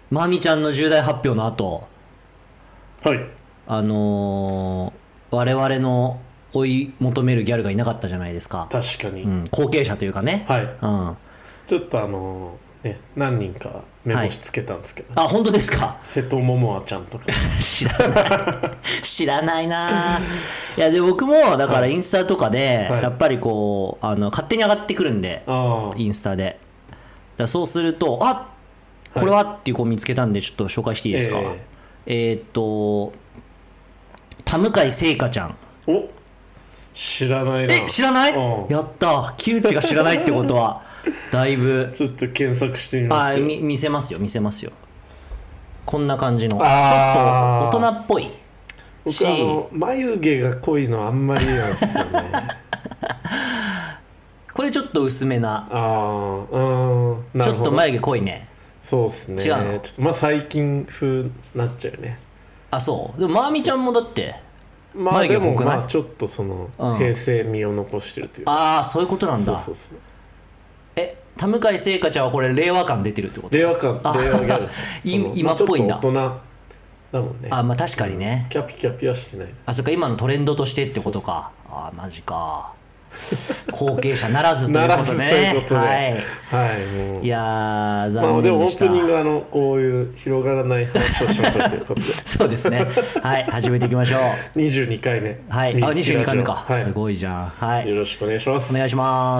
まみちゃんの重大発表の後、 はい。 我々の追い求めるギャルがいなかったじゃないですか。 確かに。 うん、後継者というかね。 はい。 うん。 ちょっとね、何人か目星つけたんですけど、 あ、本当ですか。 瀬戸桃亜ちゃんとか。 知らない知らないな。いやで僕もだからインスタとかではいやっぱりこう勝手に上がってくるんで、 ああ。 インスタでだからそうするとこれはっていう子を見つけたんでちょっと紹介していいですか。田向聖華ちゃん。 お、知らないな。 知らない。 うんやった木内が知らないってことはだいぶちょっと検索してみますよ。 見せますよ。こんな感じのちょっあーと大人っぽいし、 僕眉毛が濃いのあんまりなんですよね。 これちょっと薄めな、 ああ、うん、なるほど。 ちょっと眉毛濃いね。 そうっすね。 違うの。 ちょっとまあ最近風なっちゃうよね。 あ、そうでもまーみちゃんもだってまあでも眉毛濃くない。 まあちょっと平成味を残してるというか。 ああそういうことなんだ。 そう。 田向聖華ちゃんはこれ令和感出てるってこと。 令和ギャル。 今っぽいんだ。 まあちょっと大人だもんね。 まあ確かにね。 キャピキャピはしてない。 そっか今のトレンドとしてってことか。マジか。後継者ならずということでね。 はいもう。 いや残まあでもオ念でした。 ープニングこういう広がらない話をしましょうということで。 そうですね。はい始めていきましょう。 22回目。 はい。22回目か。 はい。 すごいじゃん。はい。 よろしくお願いします。 お願いします。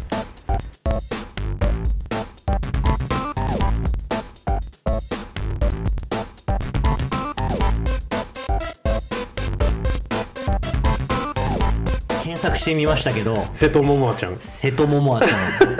検索してみましたけど、 瀬戸桃亜ちゃん。 瀬戸桃亜ち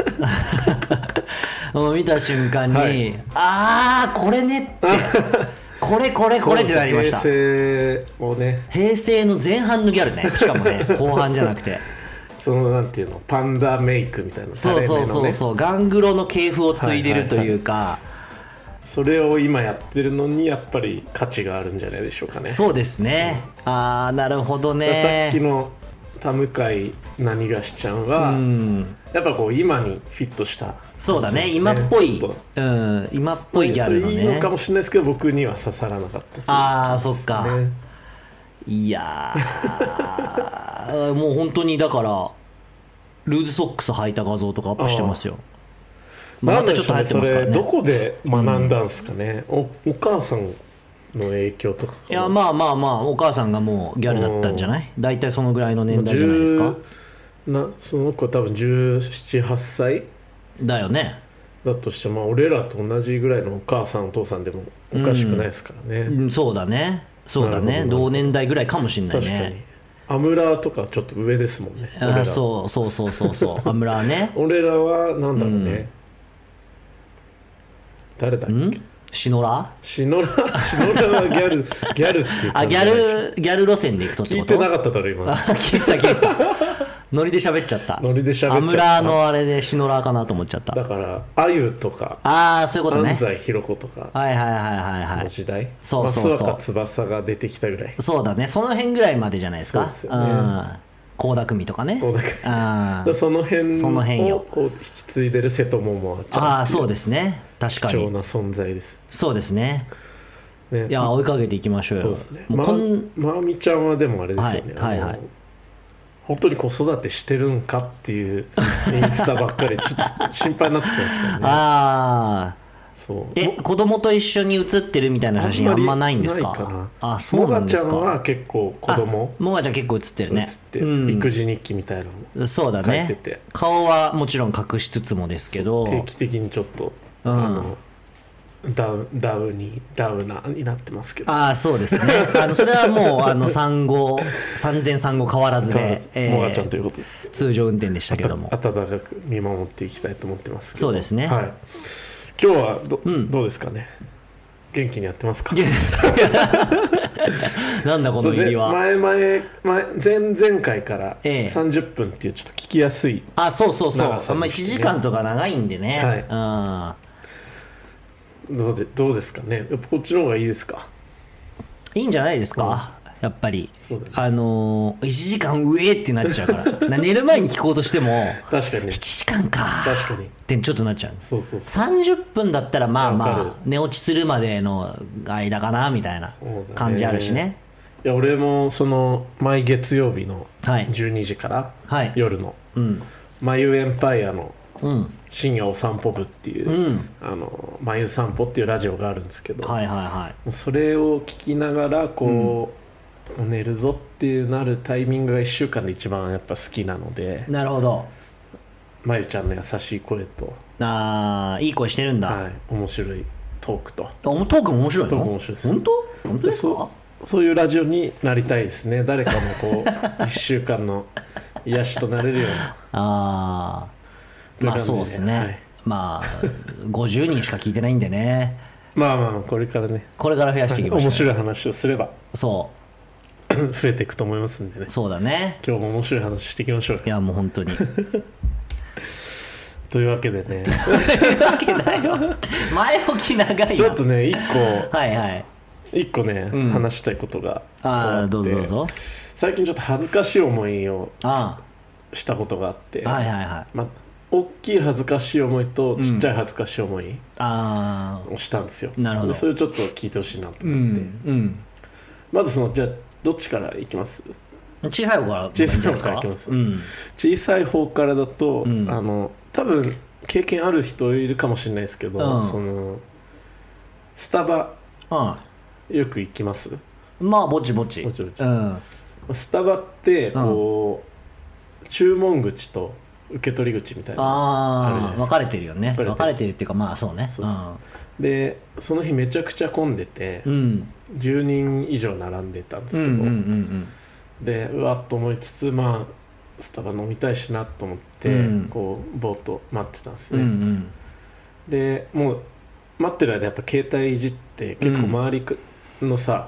ゃんもう見た瞬間に、これねってこれってなりました。 平成をね、 平成の前半のギャルね。しかもね後半じゃなくてなんていうの、パンダメイクみたいな、 そうガングロの系譜を継いでるというか、 それを今やってるのにやっぱり価値があるんじゃないでしょうかね。 そうですね。なるほどね。 さっきの田向何がしちゃんは、やっぱこう今にフィットした、 そうだね。今っぽい、今っぽいギャルのね。 それいいのかもしれないですけど僕には刺さらなかった。 そっか。いやもう本当にだからルーズソックス履いた画像とかアップしてますよ。またちょっと流行ってますからね。 どこで学んだんですかね。お母さんの影響とか。 いやまあお母さんがもうギャルだったんじゃない。大体そのぐらいの年代じゃないですか。 その子多分17、8歳だよね。 だとしてまあ俺らと同じぐらいのお母さんお父さんでもおかしくないですからね。 そうだね同年代ぐらいかもしれないね。 確かにアムラーとかちょっと上ですもんね。 そうアムラーね。 俺らはなんだろうね、誰だっけ。 シノラはギャルっていう感じ。 ギャル路線でいくとってこと。 聞いてなかっただろ今。 聞いてたノリで喋っちゃった。アムラーのあれでシノラーかなと思っちゃった。 だからあゆとかそういうことね。 安西ひろ子とかの時代、 そう増若翼が出てきたぐらい。 そうだね。その辺ぐらいまでじゃないですか。 そうですよね。 倖田來未とかね。 その辺をこう引き継いでる瀬戸桃亜ちゃん。 そうですね。確かに貴重な存在です。 そうですね。いや追いかけていきましょうよ。 そうですね。まみちゃんはでもあれですよね。本当に子育てしてるんかっていうインスタばっかりちょっと心配になってきますからね。そう子供と一緒に写ってるみたいな写真あんまないんですか。そうなんですか。 もがちゃんは結構子供もがちゃん結構写ってるね。 育児日記みたいなのそうだね。顔はもちろん隠しつつもですけど定期的にちょっとダウナーになってますけど。 そうですね。それはもう産後産前産後変わらずでもがちゃんということで通常運転でしたけども、 温かく見守っていきたいと思ってますけど。 そうですね。 今日はどうですかね。元気にやってますか。 なんだこの入りは。 前々回から30分っていうちょっと聞きやすい。 そうあんま1時間とか長いんでね。 どうですかね。やっぱこっちの方がいいですか。 いいんじゃないですか。 やっぱり、 そうだね、 1時間上ってなっちゃうから寝る前に聞こうとしても確かに 7時間か確かにってちょっとなっちゃう。 そうそうそう 30分だったらまあまわかるあ寝落ちするまでの間かなみたいな感じあるしね。 いや俺もその毎月曜日のはい 12時からはい夜のうんマユエンパイアのうん深夜お散歩部っていう、 うんマユ散歩っていうラジオがあるんですけど、 はいはいはもうそれを聞きながらこう、寝るぞっていうなるタイミングが1週間で一番やっぱ好きなので、 い。なるほど。 まゆちゃんの優しい声と、 いい声してるんだ。 はい、面白いトークと、 トークも面白いの？ トーク面白いです。 本当ですか？ そういうラジオになりたいですね。誰かのこう1週間の癒しとなれるようなまあそうですね、 はい、 まあ50人しか聞いてないんでねまあまあこれからね、 これから増やしていきましょう、 面白い話をすればそ増えていくと思いますんでね。 そうだね。 今日も面白い話していきましょうよ。 いやもう本当にというわけでねというわけだよ前置き長いな。 ちょっとねはいはい一個ね、話したいことがあって、 どうぞどうぞ。 最近ちょっと恥ずかしい思いをしたことがあって、 はいはいはい、 まあ、大きい恥ずかしい思いとちっちゃい恥ずかしい思いをしたんですよ。 なるほど。 それをちょっと聞いてほしいなと思って、まずじゃあどっちからいきます？ 小さい方からいきます、小さい方からだと、多分経験ある人いるかもしれないですけど、そのスタバ、よく行きます？ まあぼちぼち、 スタバってこう、注文口と受け取り口みたいな分かれてるよね。分かれてるっていうかまあそうね。 でその日めちゃくちゃ混んでて、10人以上並んでたんですけど、でうわっと思いつつ、まあスタバ飲みたいしなと思って、こうぼーっと待ってたんですね、でもう待ってる間やっぱ携帯いじって結構周りのさ、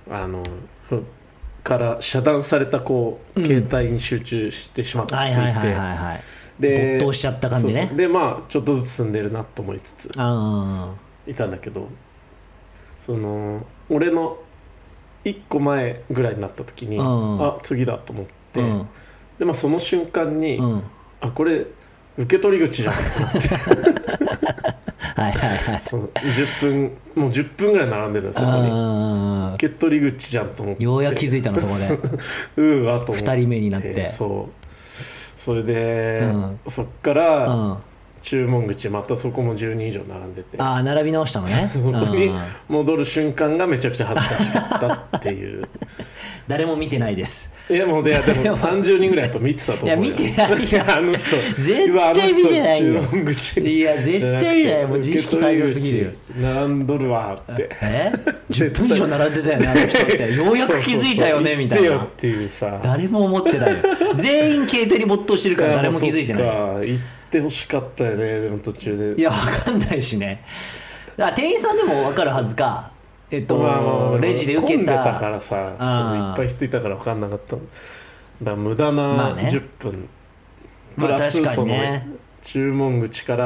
から遮断されたこう、携帯に集中してしまっていて、 で没頭しちゃった感じね。 でまあちょっとずつ進んでるなと思いつついたんだけど、その俺の1個前ぐらいになった時に、あ次だと思って、でまあその瞬間に、あこれ受け取り口じゃんと思ってそのもう10分ぐらい並んでるんですよ、そこに受け取り口じゃんと思って、 ようやく気づいたのそこでわと思って 2人目になって、 それで、そっから、注文口またそこも10人以上並んでて、 並び直したのねそこに戻る瞬間がめちゃくちゃ恥ずかしかったっていう誰も見てないです。 でも30人ぐらいやっぱ見てたと思うよ。 いや見てないよあの人絶対見てないよ。 注文口いや絶対見てない。もう自意識過剰すぎるよ。 並んどるわって 10分以上並んでたよねあの人ってようやく気づいたよねみたいな。 っていうさ、 誰も思ってないよ。全員携帯に没頭してるから誰も気づいてない。 言ってほしかったよね。でも途中でいや分かんないしね。店員さんでも分かるはずか。レジで受けた、 混んでたからさ、いっぱい人いたから分かんなかった。だから無駄な10分、プラスその注文口から、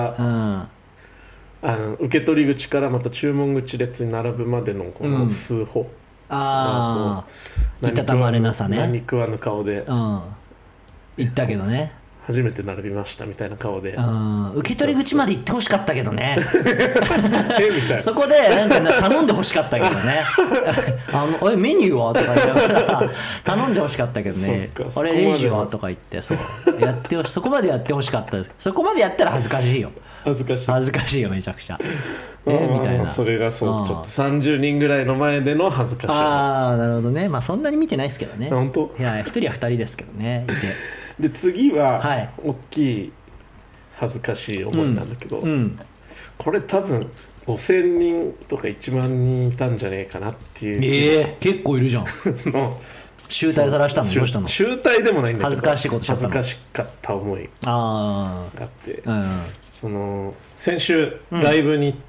受け取り口からまた注文口列に並ぶまでのこの数歩、 いたたまれなさね。 何食わぬ顔で、 言ったけどね。 初めて並びましたみたいな顔で、 受け取り口まで行ってほしかったけどねみたいなそこでなんか頼んでほしかったけどねメニューはとか言いながら頼んでほしかったけどねあれレジはとか言ってやってそこまでやってほしかったです。そこまでやったら恥ずかしいよ。恥ずかしいよめちゃくちゃみたいな。 それがちょっと30人ぐらいの前での恥ずかしい。 なるほどね。まあそんなに見てないですけどね。 本当？ いや1人や2人ですけどねいて。 で次は大きい恥ずかしい思いなんだけど、これ多分5000人とか1万人いたんじゃねえかなっていう。 結構いるじゃん集大さらしたの？どうしたの？ 集大でもないんだけど恥ずかしいことしちゃったの？ 恥ずかしかった思いがあって、その先週ライブに行って、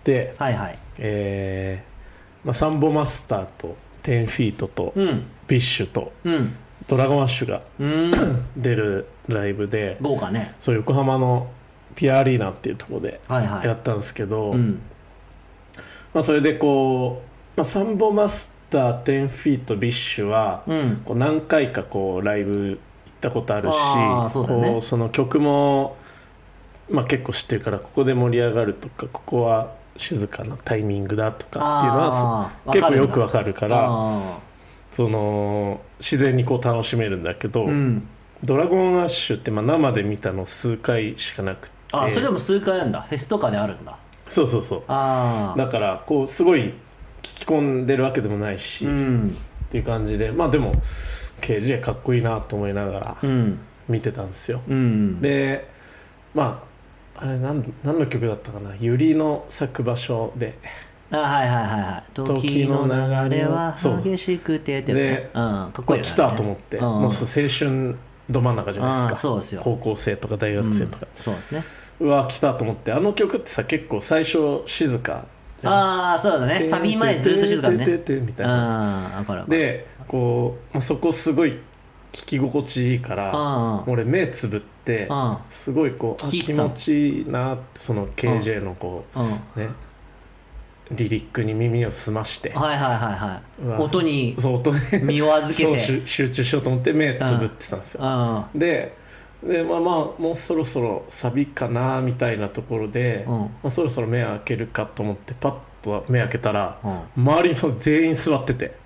サンボマスターと10フィートとビッシュと、ドラゴンアッシュが出るライブで、 豪華ね。 そう横浜のピアアリーナっていうところでやったんですけど、それでこう、サンボマスた10フィートビッシュは、こう何回かこうライブ行ったことあるし、こうその曲も、まあ、結構知ってるからここで盛り上がるとかここは静かなタイミングだとかっていうのは結構よくわかるからその自然にこう楽しめるんだけど、ドラゴンアッシュってまあ生で見たの数回しかなくて、 それでも数回あるんだ、フェスとかであるんだ。 そうそうそう、だからこうすごい聞き込んでるわけでもないし、っていう感じで、まあでも KJ かっこいいなと思いながら見てたんですよ、でまああれ何の曲だったかな、ユリの咲く場所で、 はいはいはいはい、時の流れは激しくてってやつね、かっこいいよね、 来たと思って、もう青春ど真ん中じゃないですか。 そうですよ、 高校生とか大学生とか、 そうですね。 うわ来たと思って、あの曲ってさ結構最初静か、 そうだね、サビ前ずっと静かねみたいなでこう、そこすごい聞き心地いいから俺目つぶってすごいこう気持ちいいなって、その KJ のこうねリリックに耳を澄まして、 音に身を預けて集中しようと思って目つぶってたんですよ。でまあもうそろそろサビかなみたいなところで、そろそろ目開けるかと思ってパッと目開けたら、周りの全員座ってて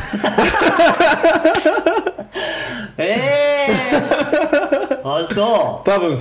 そう多分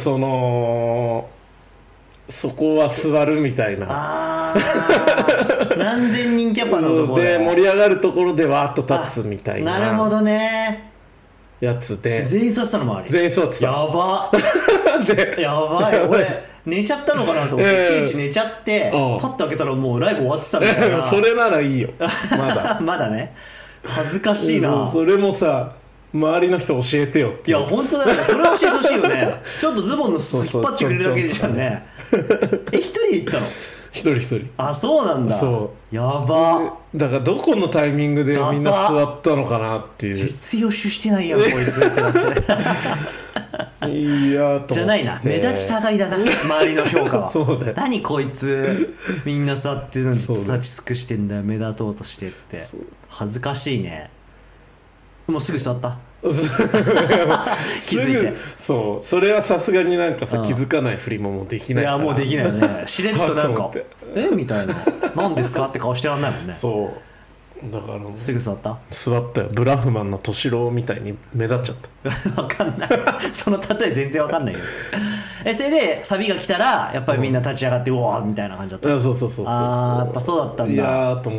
そこは座るみたいな何千人キャパのところで盛り上がるところでわーっと立つみたいな、 なるほどね、 やつで全員座ってたの周り、 全員座ってた、 やばやばい、俺寝ちゃったのかなと思って、ケイチ寝ちゃって、パッと開けたらもうライブ終わってたみたいなそれならいいよ、まだまだね、恥ずかしいな。 それもさ周りの人教えてよって。 いや本当だよね、それ教えてほしいよねちょっとズボンの引っ張ってくれるだけじゃんね。一人で行ったの？ 一人。 そうなんだ。やば。 だからどこのタイミングでみんな座ったのかなっていう。 全然予習してないやんこいつってなっていやじゃないな、目立ちたがりだな周りの評価はそうだよ、 何こいつみんな座ってるのにずっと立ち尽くしてんだよ、目立とうとしてって。恥ずかしいね。もうすぐ座った気づいて。 それはさすがになんかさ、気づかないふりももうできないから。 いやもうできないよねしれっとなんかみたいな何ですかって顔してらんないもんね。 そうだからすぐ座ったよ。ブラフマンの敏郎みたいに目立っちゃった分かんないその例え全然分かんないよそれでサビが来たらやっぱりみんな立ち上がってうわーみたいな感じだった。 そうやっぱそうだったんだ。 いやーと思って、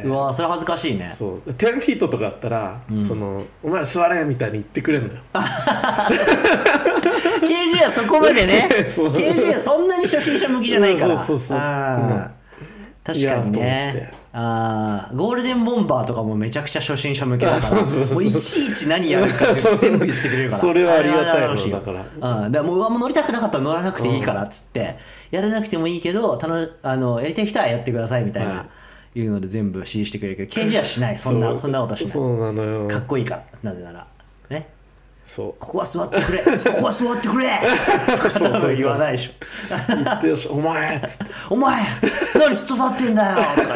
うわーそれ恥ずかしいね。 そう10フィートとかあったら、お前ら座れみたいに言ってくれんのよ KG はそこまでねKG はそんなに初心者向きじゃないから。確かにね。ゴールデンボンバーとかもめちゃくちゃ初心者向けだからもういちいち何やるかって全部言ってくれるからそれはありがたいのだから。 だからもう乗りたくなかったら乗らなくていいからっつって、やらなくてもいいけどやりたい人はやってくださいみたいな、いうので全部指示してくれるけど KG はしない。そんなことしない。 そうなのよ。 かっこいいからなぜならね。 ここは座ってくれここは座ってくれとか多分言わないでしょ言ってよしお前っつってお前何ずっと立ってんだよ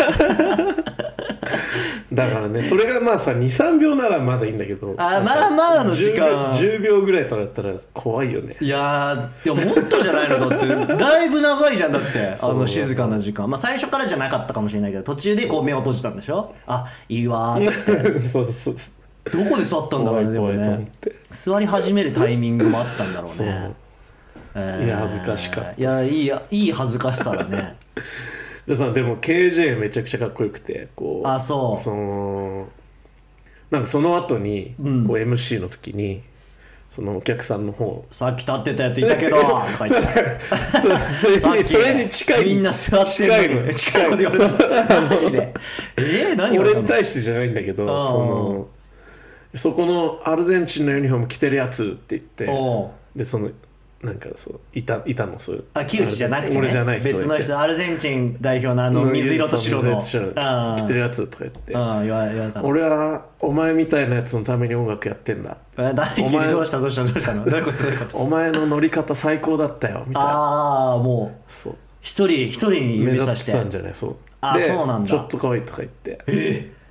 だからねそれがまあさ 2,3 秒ならまだいいんだけどまあの時間 10秒ぐらいとかだったら怖いよね。 いやもっとじゃないのだってだいぶ長いじゃん。だって静かな時間、最初からじゃなかったかもしれないけど途中でこう目を閉じたんでしょ。いいわーっつってそうどこで座ったんだろうね。でもね座り始めるタイミングもあったんだろうね。 いや恥ずかしかった。 いやいい恥ずかしさだねでも KJ めちゃくちゃかっこよくてなんかその後にこう MC の時にそのお客さんの方さっき立ってたやついたけどとか言ってそれに近いみんな座ってるのに近いこと言われたマジで何俺に対してじゃないんだけどそこのアルゼンチンのユニフォーム着てるやつって言ってでなんかいたのそういう木内じゃなくてね俺じゃない人別の人アルゼンチン代表の水色と白の着てるやつとか言って言われたの。 俺はお前みたいなやつのために音楽やってんだ。 何どうしたのどういうことお前の乗り方最高だったよみたいな。 もう一人に指さして目立ってたんじゃない。 そうなんだ。 ちょっと可愛いとか言って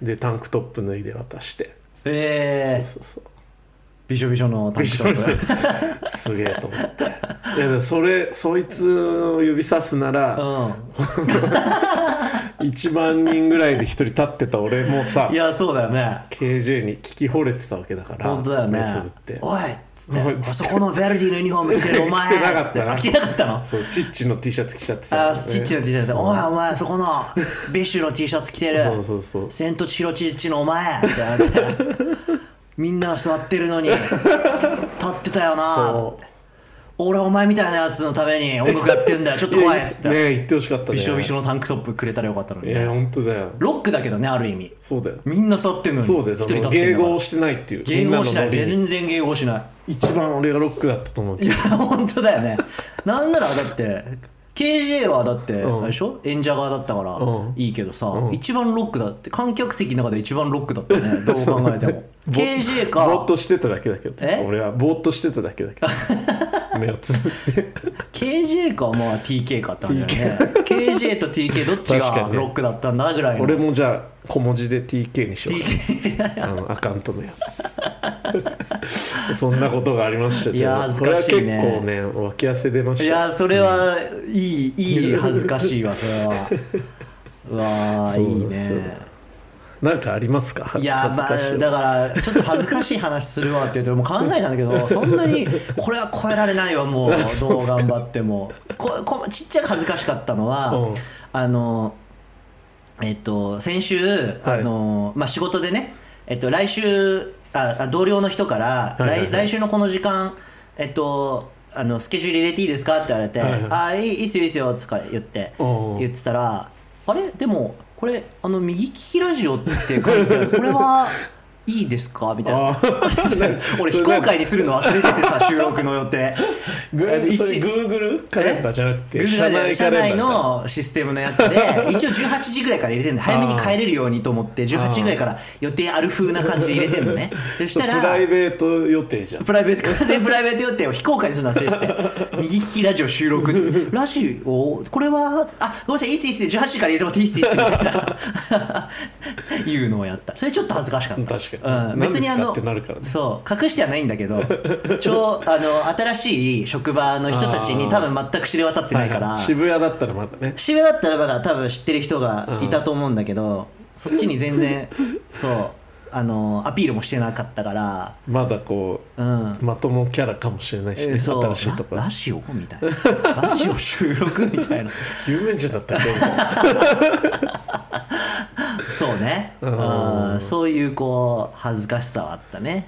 でタンクトップ脱いで渡して、そうびしょびしょのタンクトップすげえと思って、そいつを指さすなら、1万人ぐらいで1人立ってた俺もさ、 いやそうだよね、 KJ に聞き惚れてたわけだから、 本当だよね、 目つぶっておいっつって、あそこのヴェルディのユニフォーム着てるお前着てなかったな、 着てなかったの、 そうチッチの T シャツ着ちゃってた、 あチッチの T シャツ、おいお前そこのビッシュの T シャツ着てるそうセントチヒロチッチのお前って言われてみんな座ってるのに立ってたよな、俺お前みたいなやつのために音楽やってんだよちょっと怖いっつってね、言ってほしかったね、 びしょびしょのタンクトップくれたらよかったのにね。 いや本当だよ、 ロックだけどね、ある意味そうだよ、 みんな座ってんのにそうだよ、 一人立ってんだから、 迎合してないっていう、 迎合しない、全然迎合しない、 一番俺がロックだったと思う。 いや本当だよねなんならだって KJ はだってあれでしょ、演者側だったからいいけどさ、一番ロックだって、観客席の中で一番ロックだったねどう考えてもKJ かぼーっとしてただけだけど、俺はぼーっとしてただけだけど目をつぶって KJ かまあ TK かって感じだよねKJ と TK どっちがロックだったんだぐらいの、 俺もじゃあ小文字で TK にしようアカウント名そんなことがありましたけど、 いや恥ずかしいね、 これは結構ね脇汗出ました。 いやそれはいい恥ずかしいわそれはうわいいね。 なんかありますか？ いやまあだからちょっと恥ずかしい話するわって言うともう考えたんだけどそんなにこれは超えられないわもうどう頑張ってもちっちゃく恥ずかしかったのは先週まあ仕事でね来週同僚の人から、来週のこの時間スケジュール入れていいですかって言われて、いいっすよいいっすよとか言ってたら、あれでもこれ右利きラジオって書いてあるこれはいいですかみたいな俺非公開にするの忘れててさ収録の予定それ Google カレンダーじゃなくて社内のシステムのやつで一応18時ぐらいから入れてるんで早めに帰れるようにと思って18時ぐらいから予定ある風な感じで入れてるのね。そしたらプライベート予定じゃん。 完全プライベート予定を非公開にするのはせいて右利きラジオ収録ラジオこれはごめんなさいいいっす18時から入れてもらっていいっすみたいないうのをやった。それちょっと恥ずかしかった。 確かに、別にそう隠してはないんだけど新しい職場の人たちに多分全く知れ渡ってないから、 渋谷だったらまだね渋谷だったらまだ多分知ってる人がいたと思うんだけど、そっちに全然そうアピールもしてなかったからまだこう、まともキャラかもしれないし、ね新しいとこラジオみたいなラジオ収録みたいな有名人だったっけそうね、そういうこう恥ずかしさはあったね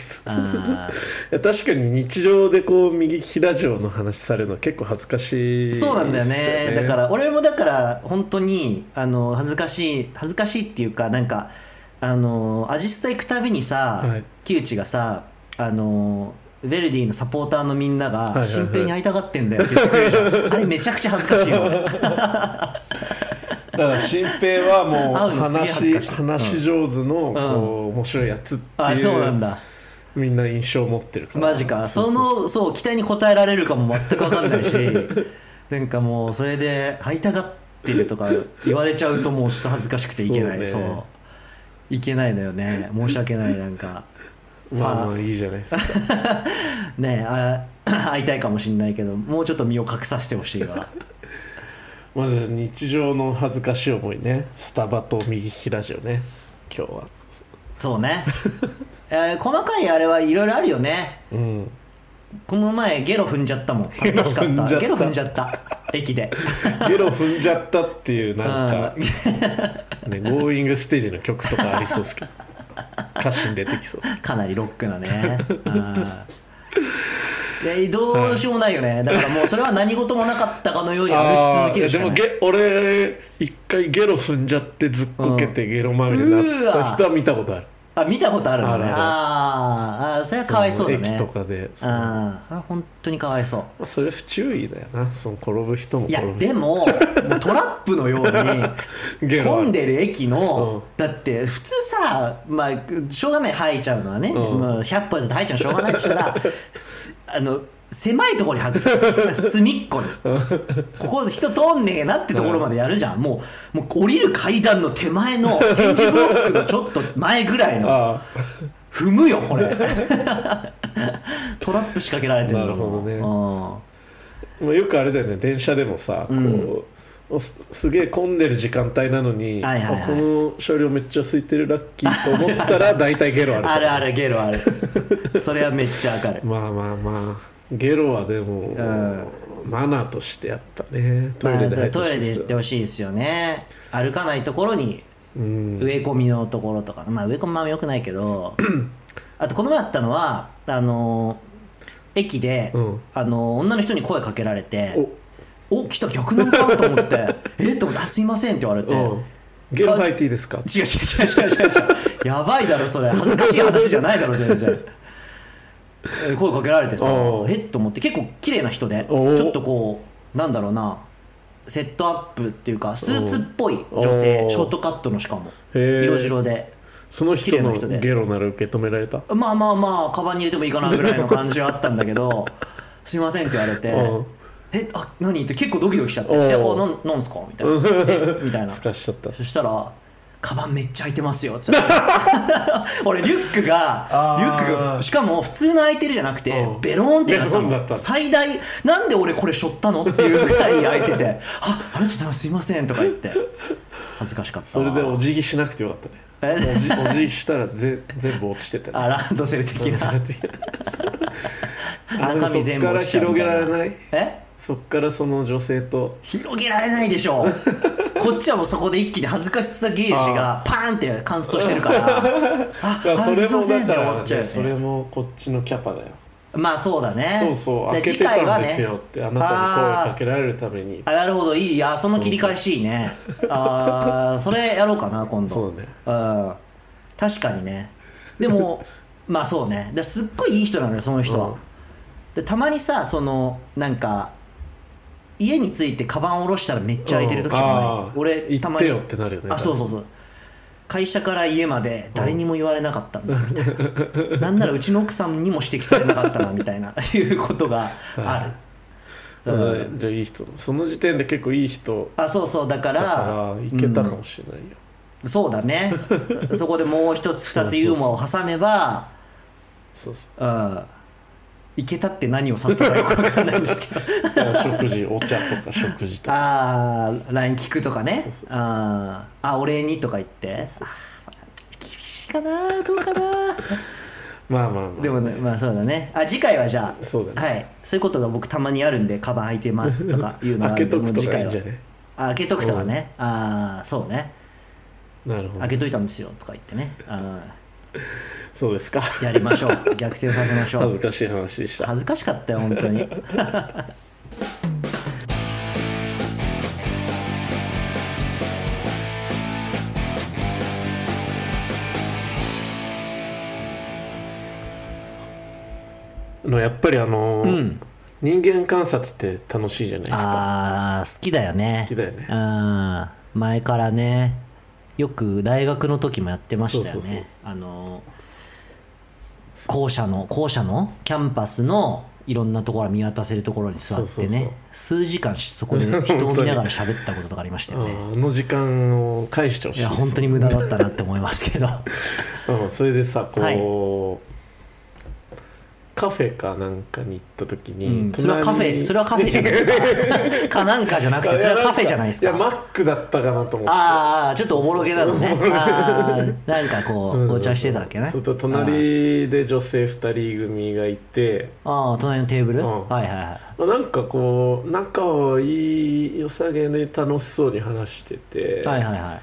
確かに日常でこう右利きラジオの話されるのは結構恥ずかしいですよね。 そうなんだよね。だから俺も本当に恥ずかしいっていうかなんかアジスタ行くたびにさ、木内がさヴェルディのサポーターのみんなが新平に会いたがってんだよって言ってくれるじゃんあれめちゃくちゃ恥ずかしいのだから新平はもう話し上手のこう面白いやつっていうそうなんだみんな印象を持ってるから。 マジか。そう期待に応えられるかも全く分かんないしなんかもうそれで会いたがってるとか言われちゃうともうちょっと恥ずかしくていけない。そういけないのよね。申し訳ない。なんかまあいいじゃないですかね会いたいかもしれないけどもうちょっと身を隠させてほしいわまず日常の恥ずかしい思いね。スタバと右利きラジオね今日は。 そうね細かいあれはいろいろあるよね。この前ゲロ踏んじゃったもん。恥ずかしかった。ゲロ踏んじゃった駅でゲロ踏んじゃったっていうなんかね、ゴーイングステージの曲とかありそうですけど歌詞に出てきそう。 かなりロックなねどうしようもないよね。だからもうそれは何事もなかったかのように歩き続けるしかない。 でも俺一回ゲロ踏んじゃってずっこけてゲロまみれになった人は見たことある。 見たことあるんだね。それはかわいそうだね。 駅とかで本当にかわいそう。 それ不注意だよな。転ぶ人も転ぶ人。 いやでもトラップのように混んでる駅のだって普通さまあしょうがない吐いちゃうのはね、もう100歩ずつ吐いちゃうのしょうがないとしたら狭いところに吐く隅っこにここ人通んねえなってところまでやるじゃん、もう降りる階段の手前の点字ブロックのちょっと前ぐらいの踏むよこれトラップ仕掛けられてるの。 なるほどね。もうよくあれだよね、電車でもさ、こうすげえ混んでる時間帯なのに、 はいはいはい、 この車両めっちゃ空いてるラッキーと思ったら大体ゲロあるあるあるゲロあるそれはめっちゃわかる。 まあまあまあゲロはでも、マナーとしてやっぱねトイレで入ってほしいですよ、 トイレで行ってほしいですよね。歩かないところに植え込みのところとか、まあ植え込みも良くないけどあとこの前あったのは駅で、女の人に声かけられて、お来た逆なんかと思ってと思ってすいませんって言われて、 ゲロ吐いていいですか。 違うやばいだろそれ、恥ずかしい話じゃないだろ全然声かけられてさ、と思って、結構綺麗な人で、ちょっとこうなんだろうな、セットアップっていうかスーツっぽい女性、ショートカットのしかも色白で、 その人のゲロなら受け止められた。 まあカバンに入れてもいいかなぐらいの感じはあったんだけどすいませんって言われて何って結構ドキドキしちゃって、なんすかみたいなみたいなすかしちゃった。 そしたらカバンめっちゃ開いてますよって俺リュックがしかも普通の開いてるじゃなくてベローンってなったの。最大なんで俺これ背負ったのっていうぐらい開いててありがとうございますすいませんとか言って恥ずかしかった。 それでお辞儀しなくてよかったね。お辞儀したら全部落ちてたね。 ランドセル的な中身全部落ちちゃうみたいな。そっから広げられない。そっからその女性と広げられないでしょこっちはもうそこで一気に恥ずかしさゲージがパーンってカンストしてるからそれもだから、ね、それもこっちのキャパだよ。 まあそうだね。 そう開けてたんですよって、あなたに声かけられるために。 なるほど、いい。その切り返しいいねそれやろうかな今度。 そうね、 確かにね。でもまあそうね、すっごいいい人なのよその人は、でたまにさ、そのなんか家に着いてカバン下ろしたらめっちゃ空いてる時とかない？俺たまに行ってよってなるよね。 そう会社から家まで誰にも言われなかったんだみたいななんならうちの奥さんにも指摘されなかったなみたいないうことがある、 じゃあいい人、その時点で結構いい人。 そうだからいけたかもしれないよ、 そうだねそこでもう一つ二つユーモアを挟めばいけたって何を指すのかよく分かんないんですけど食事、お茶とか食事とか LINE 聞くとかね、お礼にとか言って厳しいかな、どうかなまあでもね、まあそうだね。次回はじゃあそうだね、 はい、そういうことが僕たまにあるんでカバン履いてますとかいうのがあるんで開けとくとかいいんじゃない？ 開けとくとかね、そうね、 なるほど、 開けといたんですよとか言ってね、 そうですか、 やりましょう逆転させましょう。 恥ずかしい話でした。 恥ずかしかったよ本当にやっぱり人間観察って楽しいじゃないですか。 好きだよね。 好きだよね。 前からね、よく大学の時もやってましたよね。校舎のキャンパスのいろんなところ見渡せるところに座ってね、数時間そこで人を見ながら喋ったこととかありましたよねあの時間を返してほしい。 いや本当に無駄だったなって思いますけどそれでさ、こう、カフェかなんかに行った時に、 それはカフェじゃないですかかなんかじゃなくて、それはカフェじゃないですか。 いやマックだったかなと思って。 ちょっとおぼろげなのね。なんかこうお茶してたわけね。 そう、隣で女性2人組がいて、 隣のテーブル、はいはいはい。 なんかこう仲はいい良さげで楽しそうに話してて、 はいはいはい。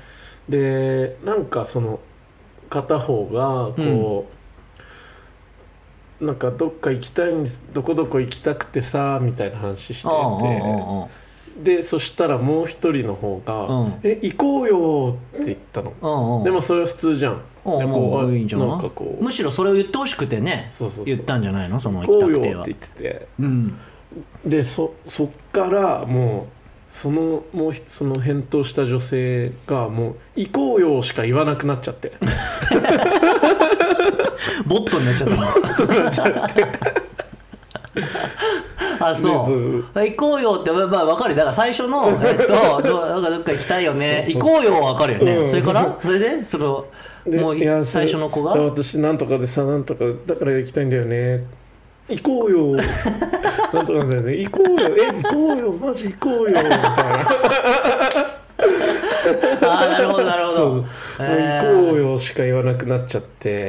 でなんかその片方がこう、なんかどっか行きたいんです、どこどこ行きたくてさみたいな話してて、でそしたらもう一人の方が「行こうよ」って言ったの。でもそれは普通じゃん。 いいんじゃない。なんかこうむしろそれを言ってほしくてね、言ったんじゃないの、その行きたくては。 行こうよって言ってて、でそっからもうその返答した女性がもう行こうよしか言わなくなっちゃってボットになっちゃったのあ、そう行こうよって、まあ、分かる。だから最初のどっか行きたいよね、行こうよは分かるよね、それからそれでもう最初の子が私なんとかでさ、なんとかだから行きたいんだよね、行こうよなんとかなんだよね、行こうよ、行こうよ、マジ行こうよみたいなあ、なるほどなるほど、 行こうよしか言わなくなっちゃって。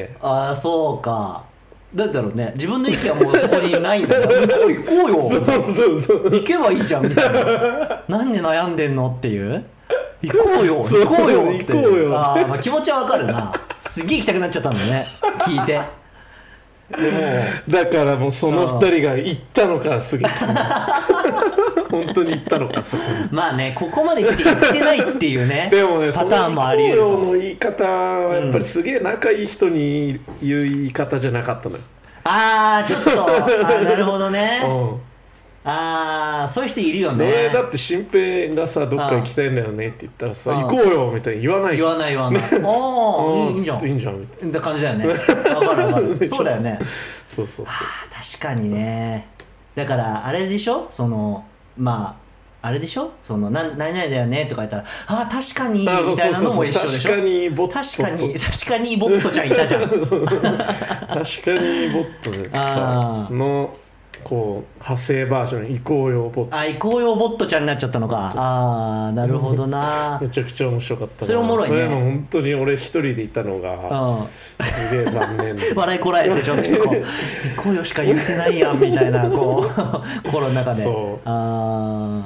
ああ、そうか。だろうね、自分の意見はもうそこにないんだよ行こうよそう行けばいいじゃんみたいな、なんで悩んでんのっていう、行こうよ行こうよって行こうよ、 まあ、気持ちはわかるな、すげえ行きたくなっちゃったんだね聞いて。でもだからもうその二人が行ったのか、すげえ本当に行ったのか、そこに。 まあね、ここまで来て行ってないっていうねでもね、 パターンもあり得る。 その行こうよの言い方はやっぱりすげえ仲いい人に言う言い方じゃなかったのよ。 ああ、ちょっとなるほどね、ああ、そういう人いるよね。 だって新平がさ、どっか行きたいんだよねって言ったらさ、行こうよみたいに言わないじゃん。 言わないああ、いいじゃんいいんじゃんみたいな感じだよね。わかるわかるそうだよね。 そう。 確かにね。だからあれでしょ、まああれでしょ、何々だよねとか言ったら、ああ確かにみたいなのも一緒でしょ。 確かにボット、 確かにボットちゃんいたじゃん確かにボットさのこう派生バージョン、行こうよボット、 行こうよボットちゃんになっちゃったのか。ああ、なるほどなめちゃくちゃ面白かったな。 それおもろいね。 それも本当に俺一人でいたのがすげえ残念笑いこらえてちょっとこう行こうよしか言ってないやんみたいなこう心の中で。 そう、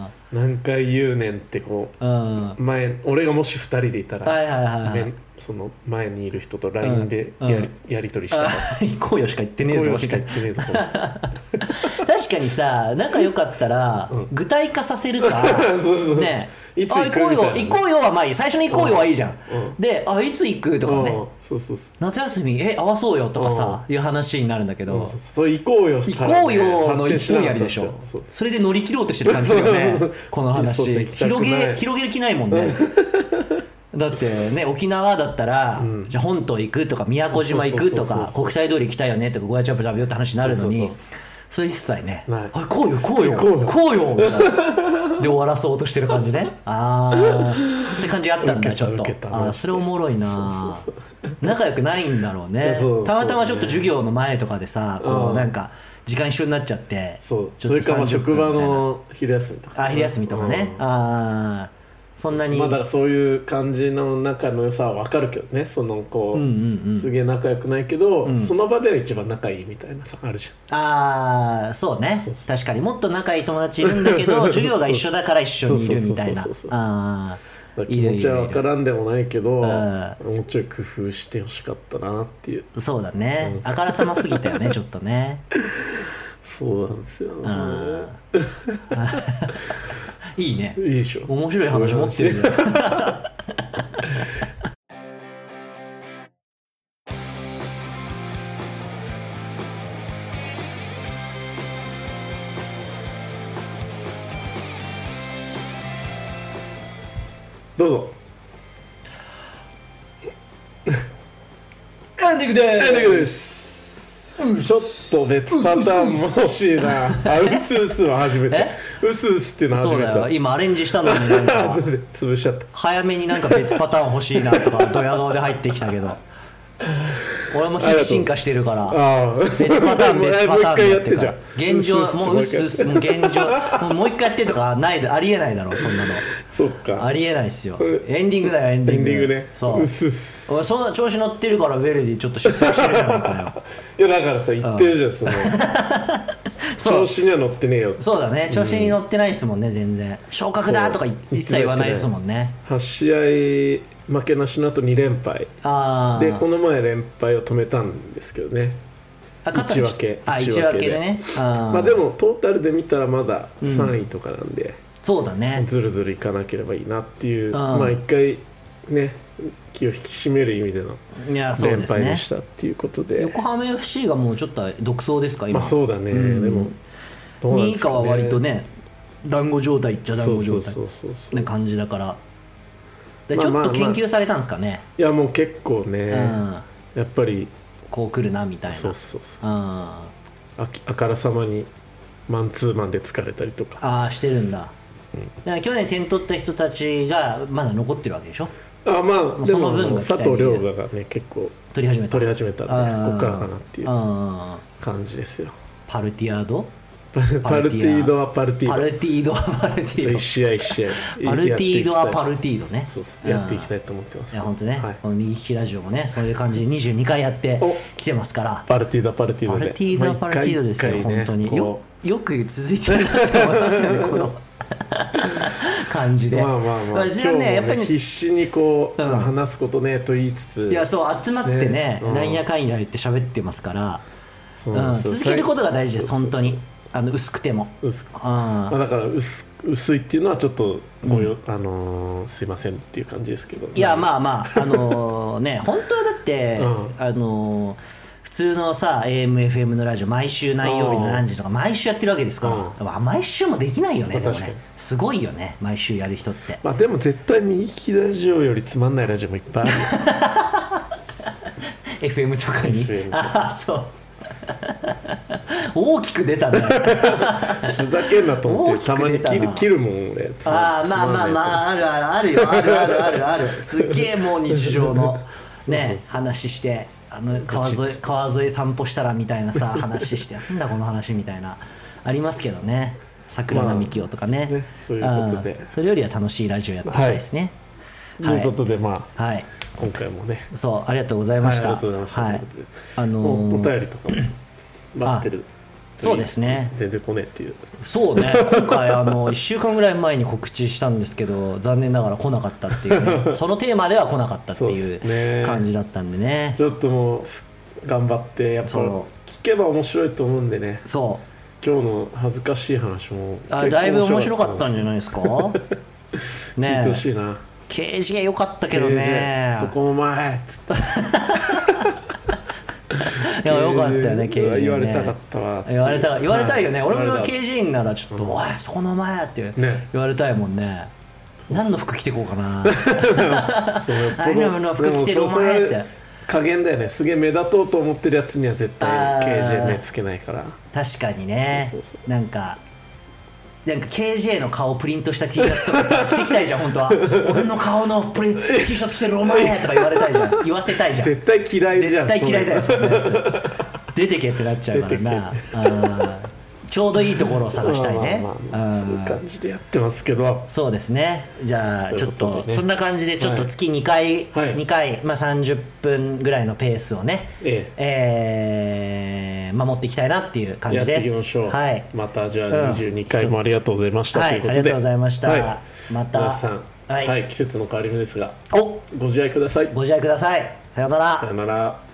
何回言うねんってこう、俺がもし2人でいたら、その前にいる人と LINE でやり取りしたら、 行こうよしか言ってねえぞみたいな確かにさ、仲良かったら具体化させるかね、いつ行こうよはまあいい、最初に行こうよはいいじゃん。で、いつ行くとかね、夏休み合わそうよとかさいう話になるんだけど、 そう行こうよの一本やりでしょ。それで乗り切ろうとしてる感じするよねこの話。広げる気ないもんねだってね、沖縄だったら、じゃあ本島行くとか宮古島行くとか国際通り行きたいよねとかゴーヤチャンプ食べようって話になるのに、それ一切ね、行こうよみたいなで終わらそうとしてる感じね。そういう感じあったんだちょっと。それおもろいな。仲良くないんだろうね。たまたまちょっと授業の前とかでさ、こうなんか時間一緒になっちゃって、 それか職場の昼休みとか、 昼休みとかね。そんなにだからそういう感じの仲の良さは分かるけどね、そのこう、すげえ仲良くないけど、その場では一番仲いいみたいなさあるじゃん。 そうね、確かにもっと仲いい友達いるんだけど授業が一緒だから一緒にいるみたいな。 気持ちは分からんでもないけど、もうちょい工夫してほしかったなっていう。 そうだね、あからさますぎたよねちょっとねそうなんですよねいいね、 いいでしょ、 面白い話持ってるねどうぞ。 エンディングです。 ちょっと別パターンも欲しいな。うすうすは初めて。うすうすっていうの初めて。 そうだよ、今アレンジしたのになんか潰しちゃった。 早めになんか別パターン欲しいなとかドヤ顔で入ってきたけど俺も日々進化してるから別パターンでやってるから、現状もううすうす、もう現状もう一回やってとかないで、ありえないだろそんなの。 そっか、 ありえないっすよ。エンディングだよ、エンディングね。 そううすうす、 俺そんな調子乗ってるからヴェルディちょっと出世してるじゃないかよいやだからさ、言ってるじゃん、その調子には乗ってねえよ。 そうだね、調子に乗ってないっすもんね、全然。昇格だとか一切言わないですもんね。 8試合負けなしの後2連敗で、この前連敗を止めたんですけどね。1分けでね。 まあでもトータルで見たらまだ3位とかなんで、 そうだね、 ずるずるいかなければいいなっていう、まあ一回ね気を引き締める意味での連敗でしたっていうことで、 横浜 FC がもうちょっと独走ですか今。 まあそうだね、でも 2位以下は割とね団子状態っちゃ団子状態な感じだから、ちょっと研究されたんですかね。 いやもう結構ね、やっぱりこう来るなみたいな。 あからさまにマンツーマンで疲れたりとか。 ああしてるんだ、だから去年点取った人たちがまだ残ってるわけでしょ。 まあその分が佐藤涼河がね結構取り始めたんでこっからかなっていう感じですよ。 パルティアードパルティードはパルティードパルティードはパルティード一試合一試合パルティードはパルティードね。 そうそうやっていきたいと思ってます。 いや本当ね、 はい、 この右利きラジオもねそういう感じで22回やってきてますから。 パルティードはパルティードでパルティードはパルティードですよ、本当によく続いてるなって思いますよねこの感じで。 まあ今日もねやっぱり必死にこう、話すことねと言いつつ、 いやそう集まってねなんやかんや言って喋ってますから、続けることが大事です本当に。薄くてもだから薄いっていうのはちょっとすいませんっていう感じですけど。 いやまあね本当はだって普通のさ AM/FM のラジオ毎週何曜日の何時とか毎週やってるわけですから、毎週もできないよね。でもねすごいよね毎週やる人って。 まあでも絶対右利きラジオよりつまんないラジオもいっぱいあるFM とかにああそう大きく出たねふざけんなと思ってたまに切るもん俺。 ああるよあるすっげえもう日常のね話して川沿い散歩したらみたいなさ話してなんだこの話みたいなありますけどね。桜並木をとかね、 そういうことでそれよりは楽しいラジオやっていきたいですね。 ということではい、 今回もねそうありがとうございました。 お便りとかも待ってる。 そうですね全然来ねえっていう。 そうね今回1週間ぐらい前に告知したんですけど残念ながら来なかったっていうねそのテーマでは来なかったっていう感じだったんでね。 ちょっともう頑張ってやっぱ聞けば面白いと思うんでね。 そう今日の恥ずかしい話もだいぶ面白かったんじゃないですかね。聞いてほしいな。 KJ 良かったけどね。 そこお前っつっていやよかったよね KJ ね。 言われたかったわ。 言われたいよね。俺も KJ ならちょっと「おいそこのお前」って言われたいもんね。何の服着てこうかな何の服着てるお前って加減だよね。すげえ目立とうと思ってるやつには絶対 KJ 目つけないから。 確かにね。なんか KJ の顔プリントした T シャツとかさ着てきたいじゃん本当は。俺の顔のT シャツ着てるお前とか言われたいじゃん。言わせたいじゃん。 絶対嫌いじゃん。 絶対嫌いだよそんなやつ。出てけってなっちゃうからな。ちょうどいいところを探したいね。 そういう感じでやってますけど。 そうですね。じゃあちょっとそんな感じでちょっと月2回まあ30分ぐらいのペースをね守っていきたいなっていう感じです。 やっていきましょう。 はい。 またじゃあ22回もありがとうございましたということで。 ありがとうございました。また皆さんはい季節の変わり目ですがご自愛ください。 ご自愛ください。さようなら。 さようなら。